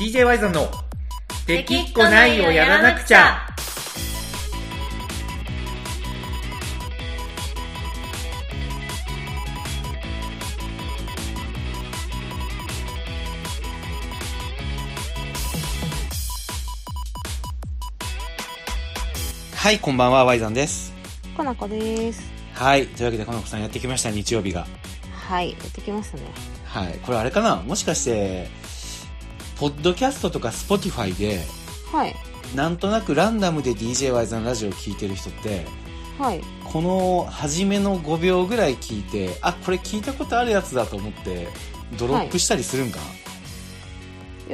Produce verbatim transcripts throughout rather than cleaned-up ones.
ディージェー ワイゾンのできっこないをやらなくちゃ。はい、こんばんは、ワイザンです。 コナコです。 はい、というわけでコナコさんやってきました、日曜日が。 はい、やってきましたね。 はい、これあれかな、もしかしてポッドキャストとかスポティファイで、 はい、 なんとなくランダムで ディージェー ワイザンラジオを聞いてる人って、 はい、この初めのごびょうぐらい聞いて、あ、これ聞いたことあるやつだと思ってドロップしたりするんかな、はい、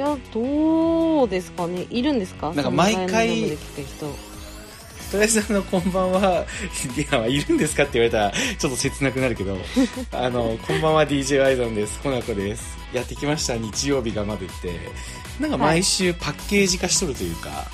いや、どうですかね。いるんですか。 なんか毎回とりあえずあのこんばんはいやいるんですかって言われたらちょっと切なくなるけどあのこんばんは ディージェー ワイゾンです、コナコです、やってきました日曜日がまでってなんか毎週パッケージ化しとるというか、はい、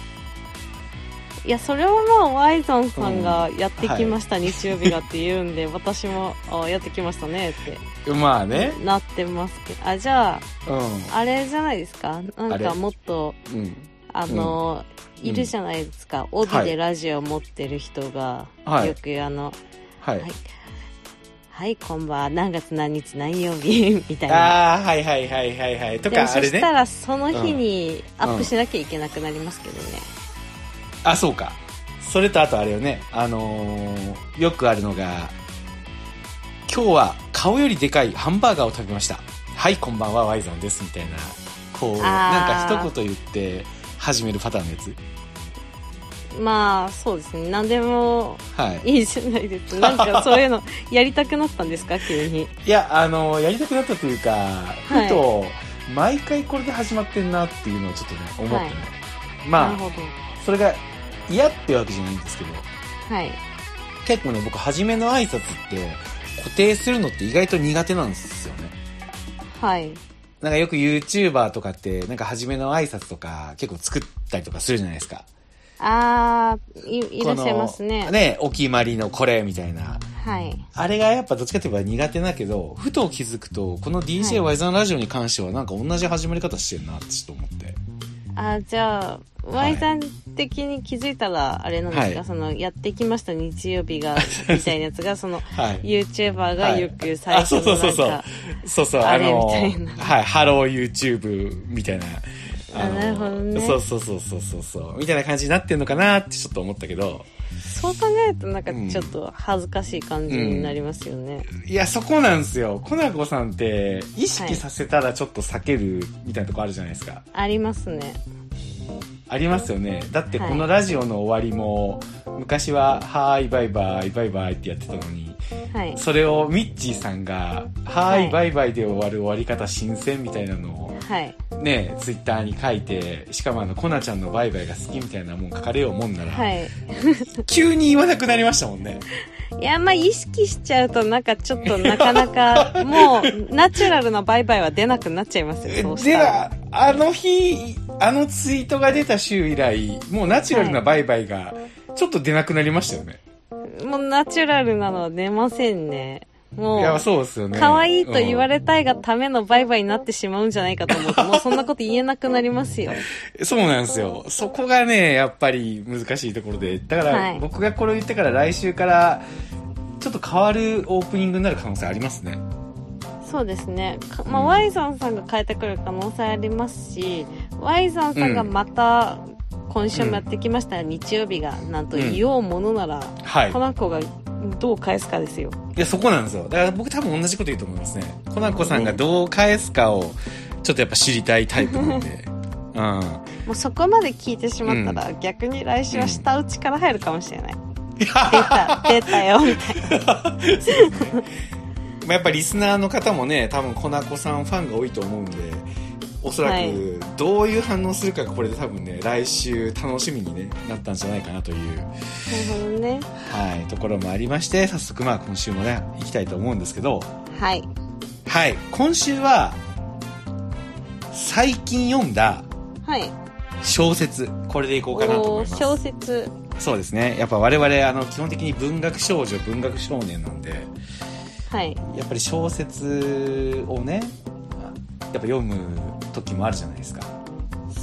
いやそれはまあワイゾンさんがやってきました、うんはい、日曜日がって言うんで私もあやってきましたねってまあねなってますけど、あじゃあ、うん、あれじゃないですか、なんかもっとあ,、うん、あの、うんいるじゃないですか、うん、帯でラジオを持ってる人が、はい、よくあの、はいはい、はい、こんばんは何月何日何曜日みたいな、 あはいはいはいはいはいとかあれね、 そしたらその日にアップしなきゃいけなくなりますけどね、うんうん、 あそうか、それとあとあれよね、あのー、よくあるのが今日は顔よりでかいハンバーガーを食べました、はいこんばんはワイゾンですみたいな、こうなんか一言言って始めるパターンのやつ、 まあそうですね、何でもいいじゃないです、はい、なんかそういうのやりたくなったんですか急に。 いやあのやりたくなったというか、はい、ふと毎回これで始まってんなっていうのをちょっとね思ってね、はい、まあなるほど、それが嫌ってわけじゃないんですけど、はい、結構ね僕初めの挨拶って固定するのって意外と苦手なんですよね。はいなんかよく YouTuber とかってなんか初めの挨拶とか結構作ったりとかするじゃないですか。 あー い, いらっしゃいますね。 ね、お決まりのこれみたいな。はい。あれがやっぱどっちかといえば苦手だけど、ふと気づくとこの ディージェー ワイザンラジオに関してはなんか同じ始まり方してるなってちょっと思って。 あじゃあ、ワイザン的に気づいたらあれなんですか、はい、そのやってきました日曜日がみたいなやつがその、はい、YouTuber がよく最初のなんか、はい、そうそうそうそうそうあれみたいな、 はい、ハロー YouTube みたいな。 あなるほどね。 そうそうそうそうそうそうみたいな感じになってんのかなってちょっと思ったけど、 そう考えるとなんかちょっと恥ずかしい感じになりますよね、 うんうん、いやそこなんですよ。コナコさんって意識させたらちょっと避けるみたいなとこあるじゃないですか、はい、 ありますね。 ありますよね。だってこのラジオの終わりも、はい、昔ははーいバイバイバイバイってやってたのに、はい、それをミッチーさんがはーいバイバイで終わる終わり方新鮮みたいなのを、はい、ねツイッターに書いて、しかもあのコナちゃんのバイバイが好きみたいなもん書かれようもんなら、はい、急に言わなくなりましたもんね。 いやまあ意識しちゃうとなんかちょっとなかなかもうナチュラルなバイバイは出なくなっちゃいますよ。そうしたらではあの日あのツイートが出た週以来もうナチュラルなバイバイがちょっと出なくなりましたよね、 はい、もうナチュラルなのは出ませんね。もういやそうですよね、 可愛いと言われたいがためのバイバイになってしまうんじゃないかと思うともうそんなこと言えなくなりますよ。 そうなんですよ。そこがねやっぱり難しいところで、だから僕がこれを言ってから来週からちょっと変わるオープニングになる可能性ありますね。 そうですね、まあ、ワイザンさんが変えてくる可能性ありますし、ワイザンさんがまた今週もやってきました、うん、日曜日がなんと言おうものなら、うんはい、コナコがどう返すかですよ。 いやそこなんですよ。だから僕多分同じこと言うと思いますね。コナコさんがどう返すかをちょっとやっぱ知りたいタイプなんで、うん、もうそこまで聞いてしまったら、うん、逆に来週は下打ちから入るかもしれない、うん、出た出たよみたいな。そうですね。 やっぱリスナーの方もね多分コナコさんファンが多いと思うんで、おそらくどういう反応するかがこれで多分ね来週楽しみに、ね、なったんじゃないかなという、なるほどね、 はい、ところもありまして、早速まあ今週もね行きたいと思うんですけど、 はいはい、今週は最近読んだ小説、はい、これでいこうかなと思います。 小説、 そうですね、やっぱ我々あの基本的に文学少女文学少年なんで、はい、やっぱり小説をねやっぱ読む時もあるじゃないですか。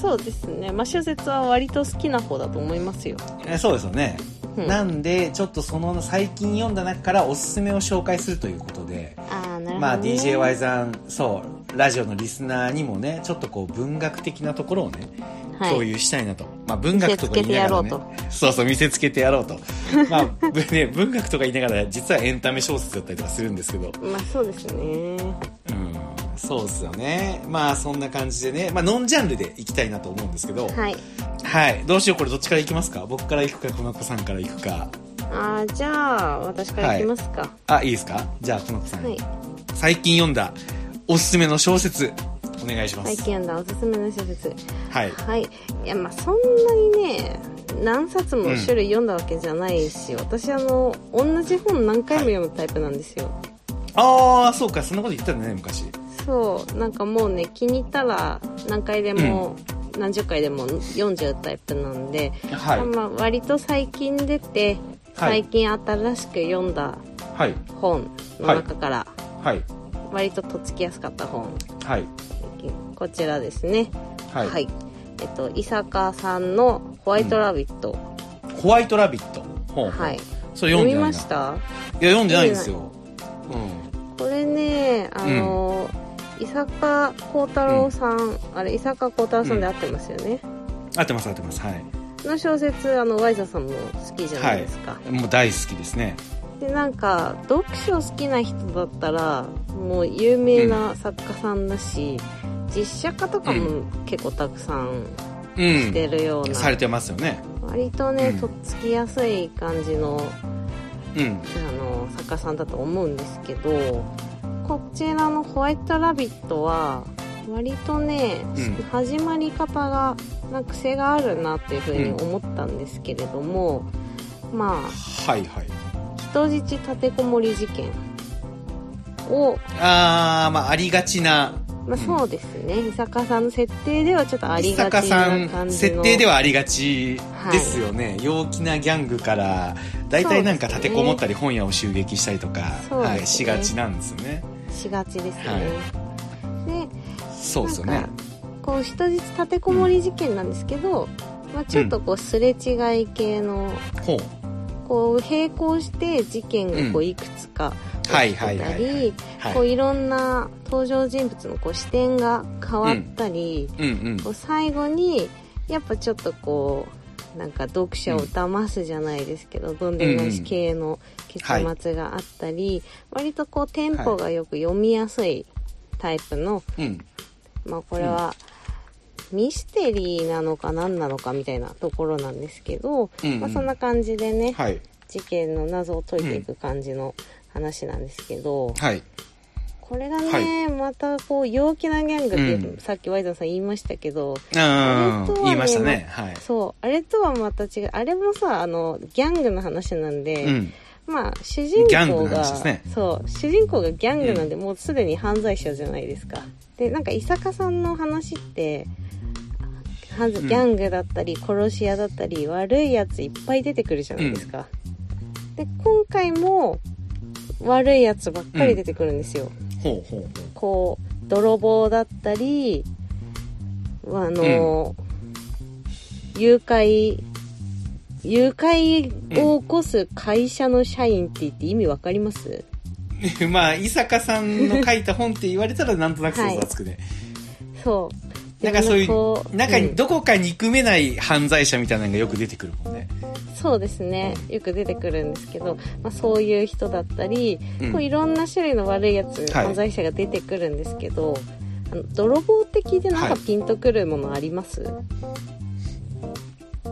そうですね。まあ、小説は割と好きな方だと思いますよ。 えそうですよね。うん、なんで、ちょっとその最近読んだ中からおすすめを紹介するということで、 あー、なるほどね。 まあ ディージェーワイ さん、そう、ラジオのリスナーにもね、ちょっとこう文学的なところをね、はい、共有したいなと。まあ文学とか言いながらね。そうそう、見せつけてやろうと。まあ、ね、文学とか言いながら、実はエンタメ小説だったりとかするんですけど。 まあそうですね。うん。 そうですよね。まあそんな感じでね、まあノンジャンルでいきたいなと思うんですけど。 はい。 はい。どうしよう、これどっちからいきますか？僕からいくか、この子さんからいくか。 あー、じゃあ、私からいきますか。はい、 あ、いいですか？じゃあ、この子さん。はい。最近読んだおすすめの小説、お願いします。 最近読んだおすすめの小説。 はい。 はい。いや、まあそんなにね、何冊も種類読んだわけじゃないし、うん、私あの、同じ本何回も読むタイプなんですよ。はい、 ああ、そうか、そんなこと言ってたね、昔。 そう、なんかもうね、気に入ったら何回でも、うん、何十回でも読んじゃうタイプなんで、はい、まあ、割と最近出て、最近新しく読んだ本の中から、はい、割ととっつきやすかった本、はい、こちらですね。はい。はい、えっと、伊坂さんのホワイトラビット。 うん、ホワイトラビット。ほうほう。はい。それ読んでないな。 読みました？ いや、読んでないんですよ。 うん。これね、あの、うん、伊坂幸太郎さん、うん、あれ、伊坂幸太郎さんで合ってますよね。 うん、合ってます、合ってます。はい。 の小説、あの、ワイザさんも好きじゃないですか。はい。 もう大好きですね。 で、なんか、読書好きな人だったら、もう有名な作家さんだし、うん、実写化とかも結構たくさんしてるような。うん、 されてますよね。 割とね、うん、とっつきやすい感じの、うん、あの、作家さんだと思うんですけど、こちらのホワイトラビットは、割とね、うん、始まり方が、なんか癖があるなっていうふうに思ったんですけれども、うん、まあ、 はいはい。 人質立てこもり事件を、 あー、まあ、ありがちな。 まあ、そうですね。伊坂さんの設定ではちょっとありがちな感じの。伊坂さん設定ではありがちですよね。はい、陽気なギャングから、だいたいなんか立てこもったり本屋を襲撃したりとか、ね、はい、しがちなんですよね。 しがちですね。はい、で、 そうですよね。 こう人質立てこもり事件なんですけど、うん、まあ、ちょっとこうすれ違い系の、うん、こう並行して事件がこういくつか起きてたり、こういろんな登場人物のこう視点が変わったり、うんうんうん、こう最後にやっぱちょっとこうなんか読者を騙すじゃないですけど、どんでん返し系の結末があったり、うんうん、割とこうテンポがよく読みやすいタイプの、はい、まあこれは、うん、ミステリーなのか何なのかみたいなところなんですけど、うんうん、まあ、そんな感じでね、はい、事件の謎を解いていく感じの話なんですけど、はい、これがね、はい、またこう陽気なギャングって、うん、さっきワイザンさん言いましたけど、 あれとはね、言いましたね、はい、 そう、あれとはまた違う、あれもさ、あのギャングの話なんで、うん、まあ主人公が、ね、そう主人公がギャングなんで、うん、もうすでに犯罪者じゃないですか。でなんか伊坂さんの話ってギャングだったり殺し屋だったり悪いやついっぱい出てくるじゃないですか、うん、で今回も悪いやつばっかり出てくるんですよ、うん、ほうほうほう、こう泥棒だったりあの、うん、誘拐誘拐を起こす会社の社員って言って意味わかります？ まあ伊坂さんの書いた本って言われたらなんとなく想像がつくね、はい、 そうなんかそういう中にどこか憎めない犯罪者みたいなのがよく出てくるもんね。 そうですね、よく出てくるんですけど、まあ、そういう人だったり、うん、こういろんな種類の悪いやつ、はい、犯罪者が出てくるんですけど、あの泥棒的でなんかピンとくるものあります？はい、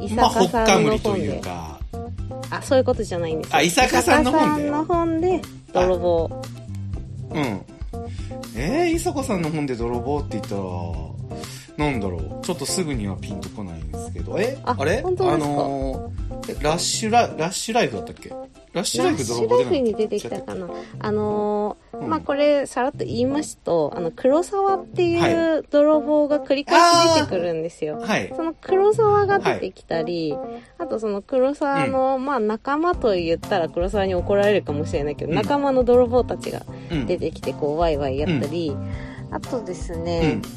伊坂さんの本で、まあ、あ、そういうことじゃないんですよ。 あ、伊坂さんの本で、伊坂さんの本で泥棒。 うん。えー、伊坂さんの本で泥棒って言ったらなんだろう、ちょっとすぐにはピンとこないんですけど、え、あ, あれ本当ですか？ あのー、ラッシュララッシュライフだったっけ？ラッシュライフ泥棒でラッシュライフに出てきたかな。あのーうん、まあこれさらっと言いますと、あの黒沢っていう泥棒が繰り返し出てくるんですよ。はい、その黒沢が出てきたり、はい、あとその黒沢の、うん、まあ仲間と言ったら黒沢に怒られるかもしれないけど、うん、仲間の泥棒たちが出てきてこうワイワイやったり、うん、あとですね。うん、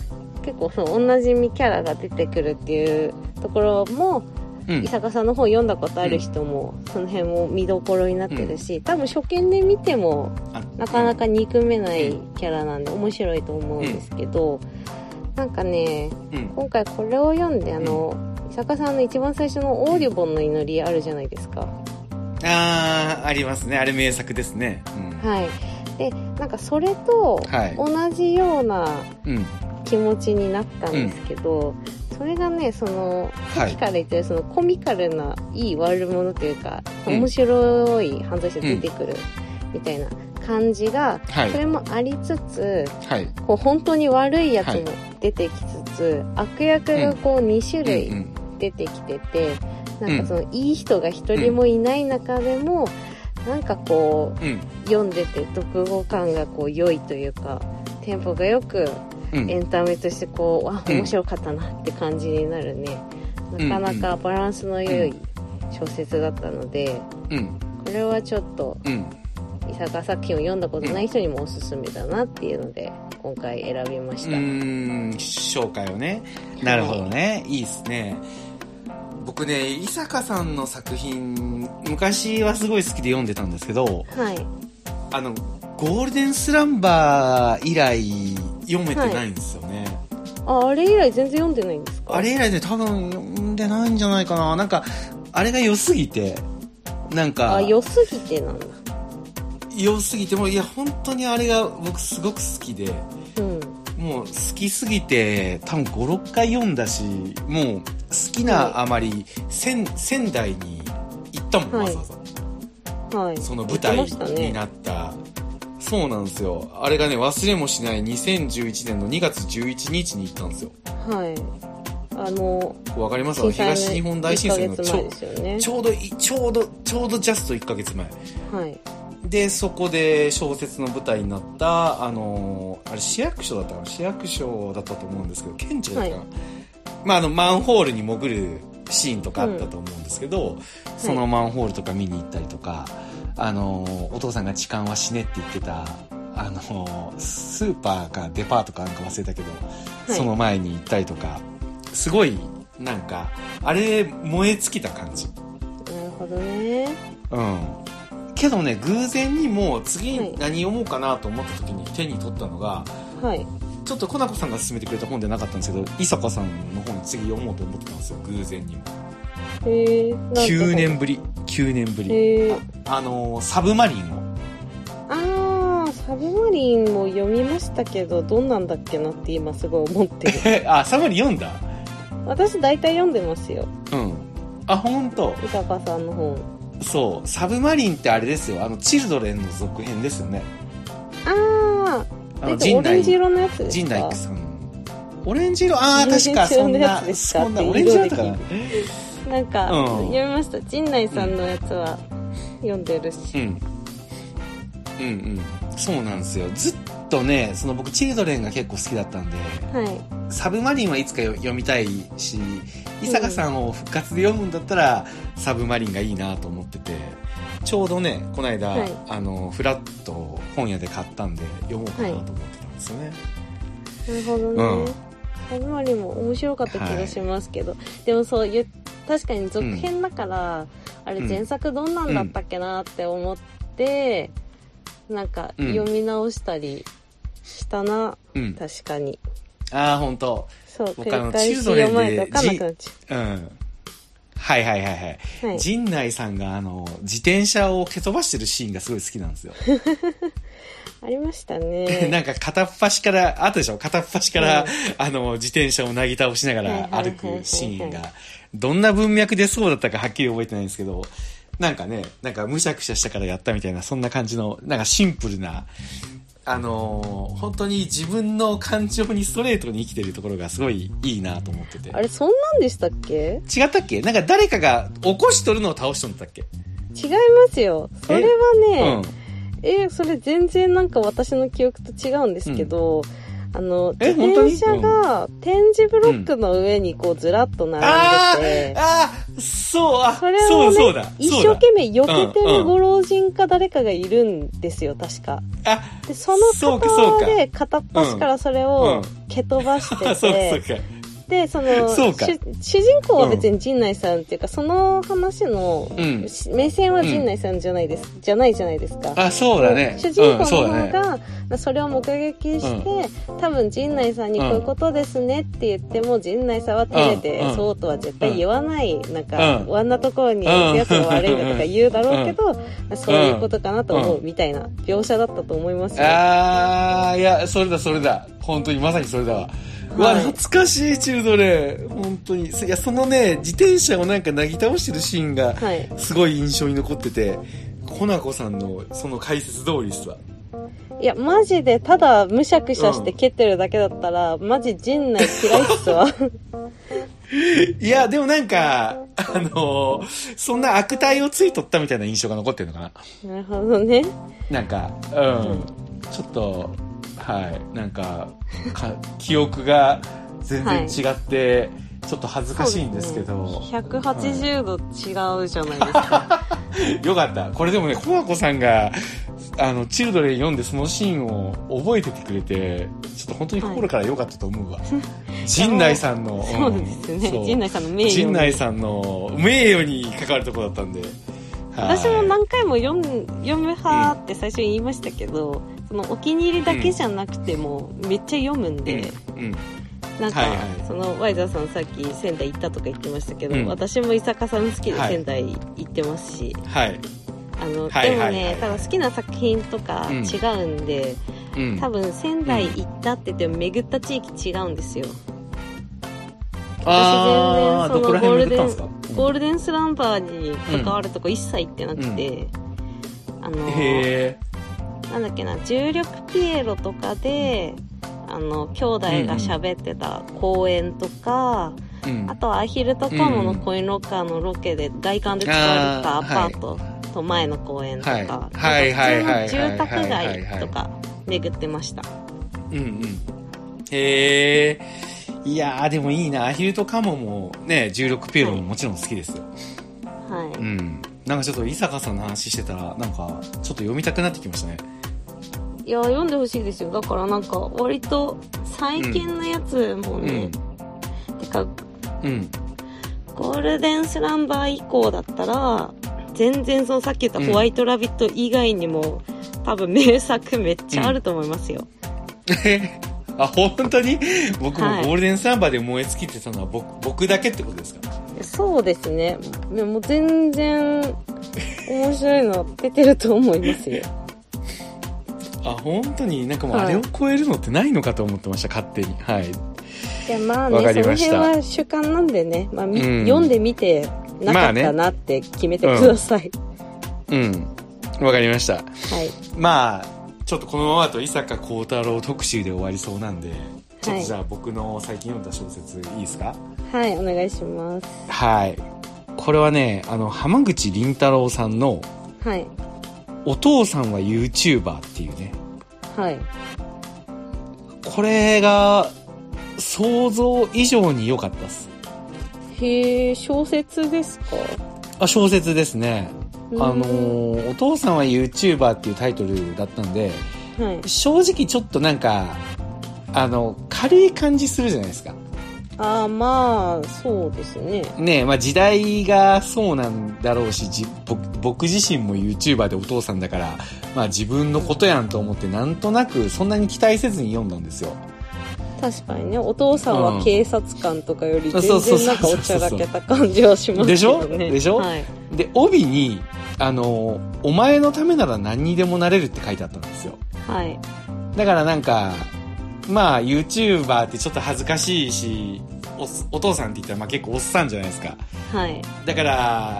結構その同じみキャラが出てくるっていうところも、うん、伊坂さんの本読んだことある人も、うん、その辺も見どころになってるし、うん、多分初見で見てもなかなか憎めないキャラなんで面白いと思うんですけど、うん、なんかね、うん、今回これを読んであの、うん、伊坂さんの一番最初のオーディボンの祈りあるじゃないですか。 あー、ありますね。あれ名作ですね、 うん、はい。でなんかそれと同じような気持ちになったんですけど、うん、それがねそのさっきから言ってるそのコミカルないい悪者というか、うん、面白い犯罪者出てくるみたいな感じが、うん、それもありつつ、はい、こう本当に悪いやつも出てきつつ、はい、悪役がこうに種類出てきてて、うん、なんかそのいい人が一人もいない中でも、うん、なんかこう、うん、読んでて読後感がこう良いというかテンポがよくエンタメとしてこう、うん、あ面白かったなって感じになるね、うん、なかなかバランスの良い小説だったので、うん、これはちょっと、うん、伊坂作品を読んだことない人にもおすすめだなっていうので今回選びました。 うーん紹介をね。なるほどね、はい、いいですね。僕ね伊坂さんの作品昔はすごい好きで読んでたんですけど、はい、あのゴールデンスランバー以来読めてないんですよね、 はい、あ, あれ以来全然読んでないんですか？ あれ以来ね多分読んでないんじゃないかな。なんかあれが良すぎてなんかあ良すぎてなんだ。 良すぎてもいや本当にあれが僕すごく好きで、うん、もう好きすぎて多分ごろっかい読んだしもう好きなあまり、はい、仙, 仙台に行ったもん、はい、わざわざ、はい、その舞台になった、ね、そうなんですよ。あれがね忘れもしないにせんじゅういちねんのにがつじゅういちにちに行ったんですよ。はいあのわかります？東日本大震災のちょ、ね、ちょうどちょうどちょうどジャストいっかげつまえ、はい、でそこで小説の舞台になったあのあれ市役所だったかな市役所だったと思うんですけど県庁だったかな、はいまあ、あのマンホールに潜るシーンとかあったと思うんですけど、うん、そのマンホールとか見に行ったりとか、はい、あのお父さんが痴漢は死ねって言ってたあのスーパーかデパートかなんか忘れたけど、はい、その前に行ったりとかすごいなんかあれ燃え尽きた感じ。 なるほどね。 うんけどね偶然にも次に何読もうかなと思った時に手に取ったのが、はい、ちょっとコナコさんが勧めてくれた本ではなかったんですけど伊坂さんの本次読もうと思ってたんですよ偶然にも。へえ。きゅうねんぶりきゅうねんぶりへあ、あのサブマリンをあーサブマリンも読みましたけどどんなんだっけなって今すごい思ってるあサブマリン読んだ？ 私大体読んでますよ。 うんあ本当。 伊坂さんの本そうサブマリンってあれですよあのチルドレンの続編ですよね。 ああオレンジ色のやつですか？ 陣内さんオレンジ色ああ確かそんなそんなオレンジ色だったかななんか、うん、読みました陣内さんのやつは読んでるし、うん、 うんうんそうなんですよずっとねその僕チルドレンが結構好きだったんで、はい、サブマリンはいつか読みたいし伊坂さんを復活で読むんだったら、うん、サブマリンがいいなと思っててちょうどねこの間、はい、あのフラッと本屋で買ったんで読もうかなと思ってたんですよね、はい、 なるほどね、うん、サブマリンも面白かった気がしますけど、はい、でもそういう確かに続編だから、うん、あれ前作どんなんだったっけなって思って、うん、なんか読み直したりしたな、うん、確かにああ本当そう繰り返し読まないと分かんなくなっちゃう。うんはいはいはいはい、はい、陣内さんがあの自転車を蹴飛ばしてるシーンがすごい好きなんですよありましたねなんか片っ端からあったでしょ片っ端から、うん、あの自転車をなぎ倒しながら歩くシーンがどんな文脈でそうだったかはっきり覚えてないんですけどなんかねなんかむしゃくしゃしたからやったみたいなそんな感じのなんかシンプルなあのー、本当に自分の感情にストレートに生きてるところがすごいいいなと思ってて。 あれそんなんでしたっけ？ 違ったっけ？なんか誰かが起こしとるのを倒しとんだったっけ？ 違いますよ。それはね、え、うん、えそれ全然なんか私の記憶と違うんですけど、 あの、自転車が点字ブロックの上にこうずらっと並んでて、 うん、ああ、そう、あ、 それをね、そうだ一生懸命避けてるご老人か誰かがいるんですよ、確か。あ、で、その方で片っ端からそれを蹴飛ばしてて、うんうん、そうそうか。で、その、そ主人公は別に陣内さんっていうか、うん、その話の、目線は陣内さんじゃないです、うん、じゃないじゃないですか。 あ、そうだね。 主人公の方が、うん、それを目撃して、うん、多分陣内さんにこういうことですねって言っても、陣内さんは照れて、うん、そうとは絶対言わない、なんか、うん、あんなところに行くやつが悪いんだとか言うだろうけど、うん、そういうことかなと思うみたいな描写だったと思いますよ。 あー、いや、それだそれだ。本当にまさにそれだわ。うわ、懐かしい、チルドレン。本当に。いや、そのね、自転車をなんかなぎ倒してるシーンが、すごい印象に残ってて、コナコさんのその解説通りですわ。 いや、マジで、ただ、むしゃくしゃして蹴ってるだけだったら、うん、マジ陣内嫌いっすわ。 いや、でもなんか、あのー、そんな悪態をついとったみたいな印象が残ってるのかな。 なるほどね。 なんか、うん。うん、ちょっと、はい、なんか、か記憶が全然違って、はい、ちょっと恥ずかしいんですけど。 ね、ひゃくはちじゅうど違うじゃないですか。 よかった。これでもね、コナコさんが、あの、チルドレン読んでそのシーンを覚えててくれて、ちょっと本当に心から良かったと思うわ。陣内さんの、 そうですね。陣内さんの名誉に。 陣内さんの名誉に関わるところだったんで。 私も何回も読む、読む派って最初に言いましたけど、うん、そのお気に入りだけじゃなくても、めっちゃ読むんで、うんうん、なんか、はいはい、そのワイザーさんさっき仙台行ったとか言ってましたけど、うん、私も伊坂さん好きで仙台行ってますし、はい、あの、はい、でもね、はいはいはい、多分好きな作品とか違うんで、うん、多分仙台行ったって言っても巡った地域違うんですよ。私全然そのゴールデン、ゴールデンスランバーに関わるとこ一切行ってなくて、うん、あのへなんだっけな、重力ピエロとかであの兄弟が喋ってた公園とか、うんうん、あとはアヒルとカモのコインロッカーのロケで外観で使われたアパートと前の公園とか、はいはいはい、普通の住宅街とか巡ってました。 うんうん。へえ。いやーでもいいな。アヒルとカモもね、じゅうろくピエロももちろん好きですよ。はい。うん。なんかちょっと伊坂さんの話してたら、なんかちょっと読みたくなってきましたね。 いや、読んでほしいですよ。だからなんか割と最近のやつもね、うん、てか、うん。ゴールデンスランバー以降だったら、全然そのさっき言ったホワイトラビット以外にも、うん、多分名作めっちゃあると思いますよ。 うんあ、本当に僕もゴールデンスランバーで燃え尽きてたのは 僕, 僕だけってことですか？ そうですね。でも全然面白いの出てると思いますよ。 あ、本当になんかもうあれを超えるのってないのかと思ってました、はい、勝手に。はい。いやまあね、その辺は主観なんでね、まあ、うん、読んでみてなかったなって決めてください。 まあね、うん。わ、うん、かりました。はい。まあ。ちょっとこのままだと伊坂幸太郎特集で終わりそうなんで、ちょっとじゃあ僕の最近読んだ小説いいですか？ はい、お願いします。 はい。これはね、あの、浜口倫太郎さんの、はい。お父さんは YouTuber っていうね。はい。これが、想像以上に良かったです。 へー、小説ですか？ あ、小説ですね。あのー、お父さんは YouTuber っていうタイトルだったんで、はい、正直ちょっとなんかあの軽い感じするじゃないですか。 ああ、まあそうですね。 ねえ、まあ時代がそうなんだろうし、じ僕自身も YouTuber でお父さんだから、まあ自分のことやんと思ってなんとなくそんなに期待せずに読んだんですよ。 確かにね、お父さんは警察官とかより全然なんかおちゃらけた感じはしますけどね。 でしょでしょ、はい、で帯にあのお前のためなら何にでもなれるって書いてあったんですよ。はい。だからなんかまあ YouTuber ってちょっと恥ずかしいし、 お, お父さんって言ったらまあ結構おっさんじゃないですか。はい。だから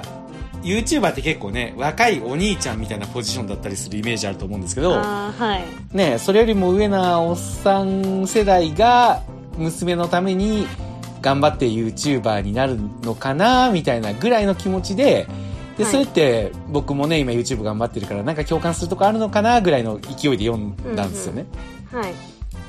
YouTuber って結構ね、若いお兄ちゃんみたいなポジションだったりするイメージあると思うんですけど、あ、はい、ね、それよりも上なおっさん世代が娘のために頑張って YouTuber になるのかなみたいなぐらいの気持ちで、で、それって僕もね今 YouTube 頑張ってるからなんか共感するとこあるのかなぐらいの勢いで読んだんですよね。うんうん、はい。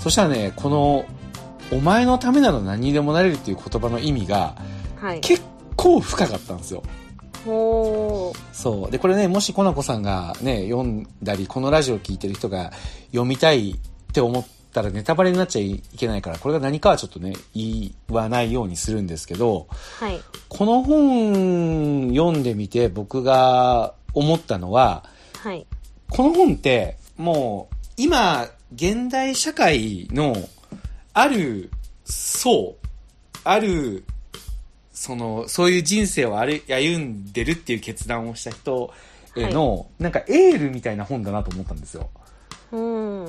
そしたらね、このお前のためなら何にでもなれるっていう言葉の意味が、はい、結構深かったんですよ。 おそうで、これね、もしコナコさんがね読んだりこのラジオを聞いてる人が読みたいって思ったらネタバレになっちゃいけないから、これが何かはちょっとね言わないようにするんですけど、 はい、 この本読んでみて僕が思ったのは、 はい、 この本ってもう今現代社会のある層あるそのそういう人生を歩んでるっていう決断をした人への、はい、なんかエールみたいな本だなと思ったんですよ。 うん。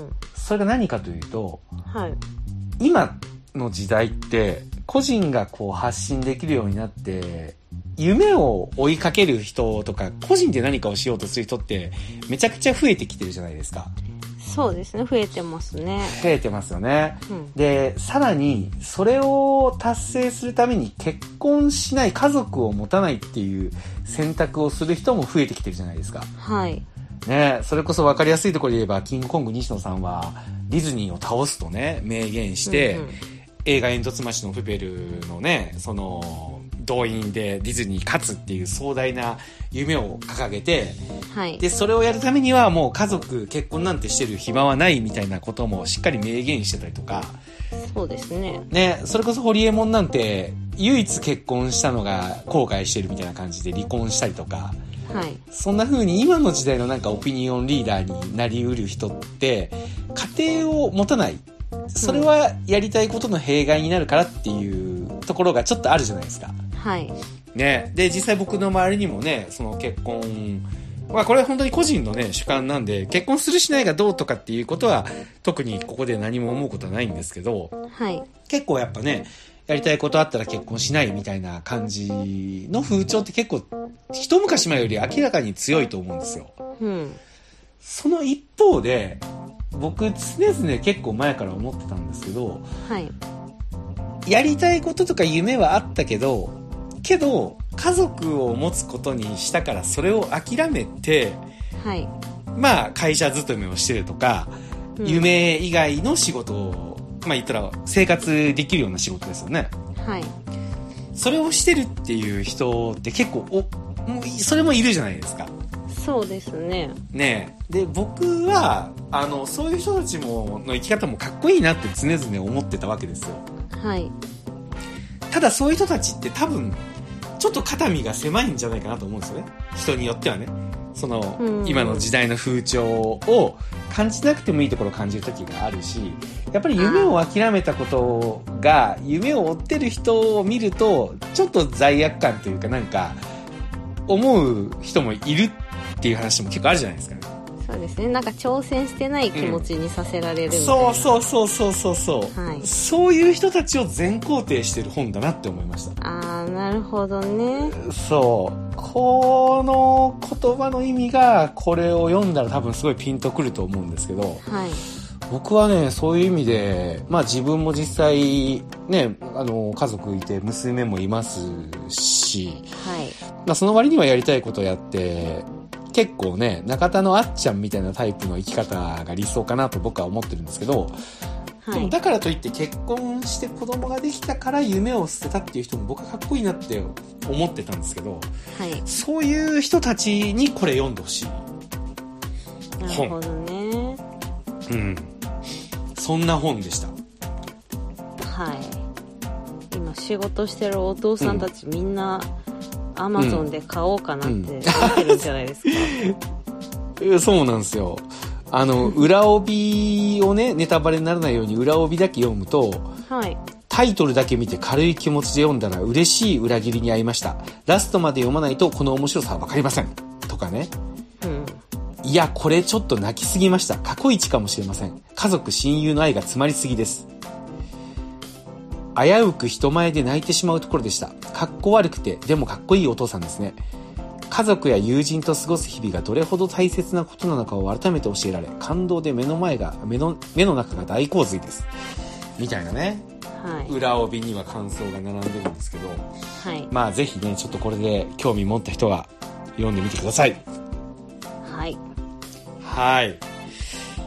それが何かというと、 はい、 今の時代って個人がこう発信できるようになって夢を追いかける人とか個人で何かをしようとする人ってめちゃくちゃ増えてきてるじゃないですか。 そうですね、増えてますね。 増えてますよね、 うん、 でさらにそれを達成するために結婚しない、家族を持たないっていう選択をする人も増えてきてるじゃないですか。 はいね、それこそ分かりやすいところで言えばキングコング西野さんはディズニーを倒すとね明言して、うんうん、映画煙突町のプペルのねその動員でディズニー勝つっていう壮大な夢を掲げて、 はい、 でそれをやるためにはもう家族結婚なんてしてる暇はないみたいなこともしっかり明言してたりとか。 そうですね。 ね、それこそホリエモンなんて唯一結婚したのが後悔してるみたいな感じで離婚したりとか、 はい、 そんな風に今の時代のなんかオピニオンリーダーになりうる人って家庭を持たない、それはやりたいことの弊害になるからっていうところがちょっとあるじゃないですか。 はいね、で実際僕の周りにもねその結婚、まあこれは本当に個人のね主観なんで結婚するしないがどうとかっていうことは特にここで何も思うことはないんですけど、 はい、 結構やっぱねやりたいことあったら結婚しないみたいな感じの風潮って結構一昔前より明らかに強いと思うんですよ、 うん、 その一方で僕常々結構前から思ってたんですけど、 はい、 やりたいこととか夢はあったけどけど家族を持つことにしたからそれを諦めて、 はい、 まあ会社勤めをしてるとか、うん、夢以外の仕事をまあ言ったら生活できるような仕事ですよね。 はい。 それをしてるっていう人って結構おそれもいるじゃないですか。 そうですね。 ねえ。で僕はあのそういう人たちもの生き方もかっこいいなって常々思ってたわけですよ。 はい。 ただそういう人たちって多分ちょっと肩身が狭いんじゃないかなと思うんですよね。人によってはね。その、うん、今の時代の風潮を感じなくてもいいところを感じる時があるし、やっぱり夢を諦めたことが夢を追ってる人を見るとちょっと罪悪感というかなんか思う人もいるっていう話も結構あるじゃないですかね。 そうですね。なんか挑戦してない気持ちにさせられるみたいな、 うん、そうそうそうそうそう、はい、そういう人たちを全肯定してる本だなって思いました。 あー、なるほどね。 そうこの言葉の意味がこれを読んだら多分すごいピンとくると思うんですけど、 はい、 僕はねそういう意味でまあ自分も実際ねあの家族いて娘もいますし、 はい、 まあ、その割にはやりたいことをやって結構ね中田のあっちゃんみたいなタイプの生き方が理想かなと僕は思ってるんですけど、はい、でもだからといって結婚して子供ができたから夢を捨てたっていう人も僕はかっこいいなって思ってたんですけど、 はい、 そういう人たちにこれ読んでほしい本。 なるほどね。 うん、そんな本でした。 はい。今仕事してるお父さんたち、うん、みんなアマゾンで買おうかなって思ってるんじゃないですか、 うん、そうなんですよ。あの裏帯をねネタバレにならないように裏帯だけ読むと、 はい、 タイトルだけ見て軽い気持ちで読んだら嬉しい裏切りに遭いました。ラストまで読まないとこの面白さは分かりませんとかね、 うん、 いやこれちょっと泣きすぎました。過去一かもしれません。家族親友の愛が詰まりすぎです。危うく人前で泣いてしまうところでした。かっこ悪くてでもかっこいいお父さんですね。家族や友人と過ごす日々がどれほど大切なことなのかを改めて教えられ、感動で目の前が目の目の中が大洪水ですみたいなね、 はい、 裏帯には感想が並んでるんですけど、 はい、 まあぜひねちょっとこれで興味持った人は読んでみてください。 はいはい。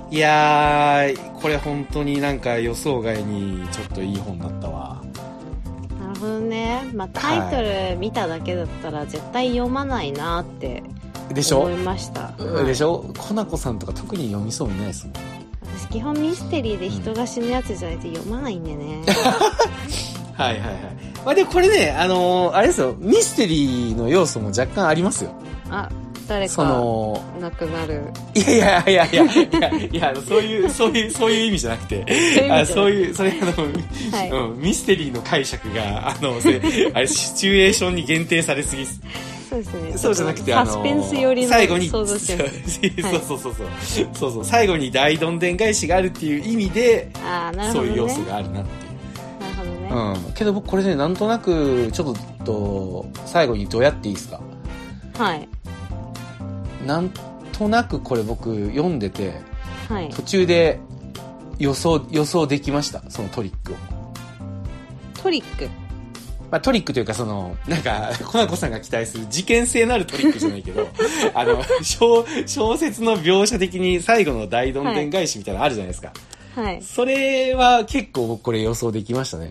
いやー、これ本当になんか予想外にちょっといい本だったわ。 なるほどね。まあ、タイトル見ただけだったら絶対読まないなって思いました。 でしょ、でしょ。コナコさんとか特に読みそうにないですもん。 私基本ミステリーで人が死ぬやつじゃないと読まないんでね。 はいはいはい。まあでもこれね、あのー、あれですよ、ミステリーの要素も若干ありますよ。 あ、誰か亡くなる。 いやいやいやいやいやいや、そういうそういうそういう意味じゃなくて、あ、そういうそれあの、はい、うん、ミステリーの解釈があのそれあれシチュエーションに限定されすぎです。 そうですね。 そうじゃなくて、 サスペンス寄りの最後に想像します。 そうそうそうそうそうそう、最後に大どんでん返しがあるっていう意味で、 あ、なるほどね、 そういう要素があるなっていう。 なるほどね。うん。けど僕これね、なんとなくちょっと最後にどうやっていいですか。 はい。 なんとなくこれ僕読んでて、 はい、 途中で予想予想できました、そのトリックを。 トリック。 まあ、トリックというか、そのなんかコナコさんが期待する事件性のあるトリックじゃないけどあの 小, 小説の描写的に最後の大どんでん返しみたいなのあるじゃないですか。 はい。 それは結構僕これ予想できましたね。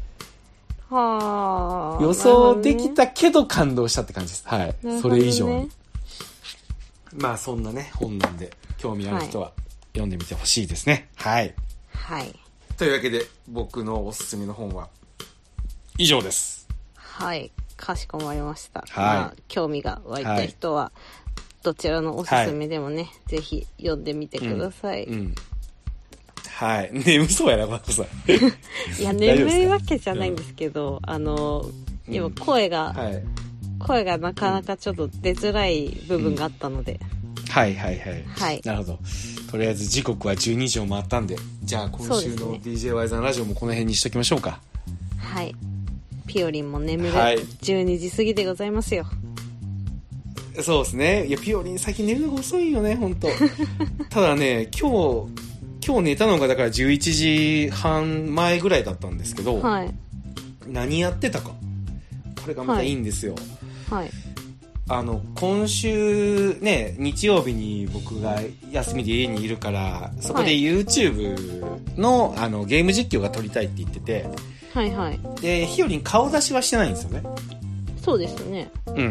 はあ。 予想できたけど感動したって感じです。はい。ね、それ以上に。まあそんなね本なんで興味ある人は読んでみてほしいですね。はい。 はい。 というわけで僕のおすすめの本は以上です。 はい、かしこまりました。 はい。 まあ、興味が湧いた人は、はい、どちらのおすすめでもね、はい、ぜひ読んでみてください。 うん。うん、はい。眠そうやな、マコさん。 いや、眠いわけじゃないんですけど、うん、あの、今声が、うん、はい、声がなかなかちょっと出づらい部分があったので。 うん、はいはいはい。 はい。 なるほど。とりあえず時刻はじゅうにじを回ったんで、じゃあ今週の ディージェーワイ ザンラジオもこの辺にしときましょうか。 はい。ピオリンも眠る、はい、じゅうにじ過ぎでございますよ。 そうですね。いや、ピオリン最近寝るのが遅いよね、本当ただね、今日今日寝たのがだからじゅういちじはん前ぐらいだったんですけど、 はい、 何やってたか、これがまたいいんですよ。 はい、はい、 あの今週ね、日曜日に僕が休みで家にいるから、そこで YouTube の、はい、あのゲーム実況が撮りたいって言ってて、 はいはい。 で、ひよりん顔出しはしてないんですよね。 そうですね。 うん。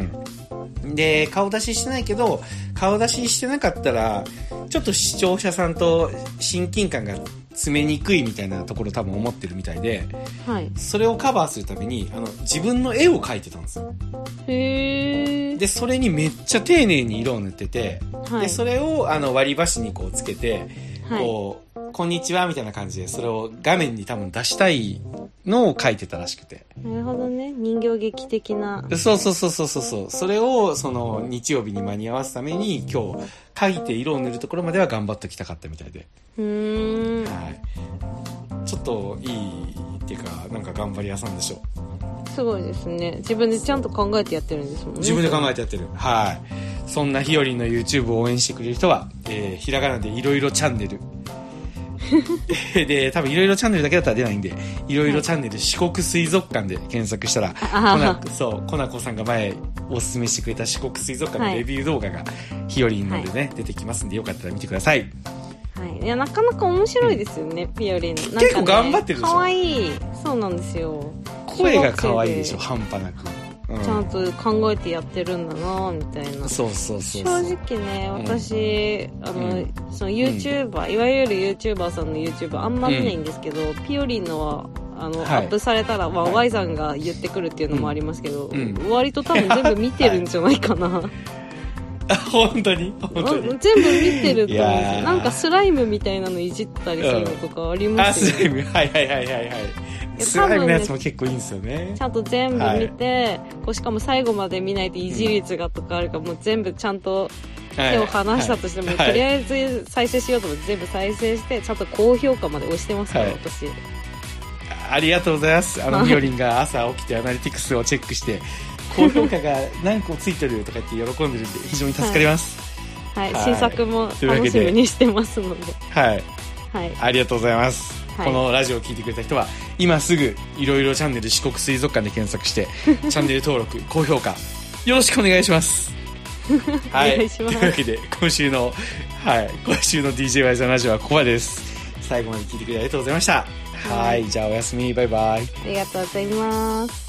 で、顔出ししてないけど、顔出ししてなかったら、ちょっと視聴者さんと親近感が詰めにくいみたいなところ多分思ってるみたいで、 はい。 それをカバーするために、あの、自分の絵を描いてたんですよ。 へー。 で、それにめっちゃ丁寧に色を塗ってて、はい、で、それをあの割り箸にこうつけて、こう、はい、こんにちはみたいな感じで、それを画面に多分出したいのを描いてたらしくて。 なるほどね。人形劇的な。 そうそうそうそうそう。それをその日曜日に間に合わすために今日描いて色を塗るところまでは頑張っておきたかったみたいで。 うーん。 はい。ちょっといいっていうか、なんか頑張り屋さんでしょ。 すごいですね。自分でちゃんと考えてやってるんですもんね。 自分で考えてやってる。はい。そんなひよりんの YouTube を応援してくれる人は、えー、ひらがなでいろいろチャンネル。で、多分いろいろチャンネルだけだったら出ないんで、いろいろチャンネル四国水族館で検索したら、コナそう、コナコさんが前おすすめしてくれた四国水族館のレビュー動画がひよりんのでね、はい、出てきますんで、よかったら見てください。 はい。いや、なかなか面白いですよね、うん、ピオリン。なんか、ね、 結構頑張ってるでしょ。 かわいい。そうなんですよ。 声が可愛いでしょ、半端なく。 うん、ちゃんと考えてやってるんだなみたいな。 そうそうそうそう。 正直ね、私、うん、あの、うん、その YouTuber、うん、いわゆる YouTuber さんの YouTuber あんま見ないんですけど、うん、ピオリンのはあの、はい、アップされたら、まあ、はい、Y さんが言ってくるっていうのもありますけど、うん、割と多分全部見てるんじゃないかな。はい本当に本当に全部見てると思うんですよ。なんかスライムみたいなのいじったりするのとかありますよね。 うん、あ、スライム、はいはいはいはいはい。スライムのやつも結構いいんですよね。 ちゃんと全部見て、はい、こうしかも最後まで見ないと維持率がとかあるから、うん、もう全部ちゃんと手を離したとしても、はいはい、とりあえず再生しようと思って全部再生してちゃんと高評価まで押してますから、はい、私。 ありがとうございます。あのみよりんが朝起きてアナリティクスをチェックして高評価が何個ついてるとか言って喜んでるんで非常に助かります。 はい、はい、新作も楽しみにしてますので。 はい。 はい。 ありがとうございます。はい、このラジオを聞いてくれた人は今すぐいろいろチャンネル四国水族館で検索してチャンネル登録高評価よろしくお願いします。 はい。 お願いします。 というわけで、今週の、はい、今週の ディージェー ワイザラジオはここまでです。最後まで聞いてくれてありがとうございました。はい、はい、じゃあおやすみ、バイバイ。 ありがとうございます。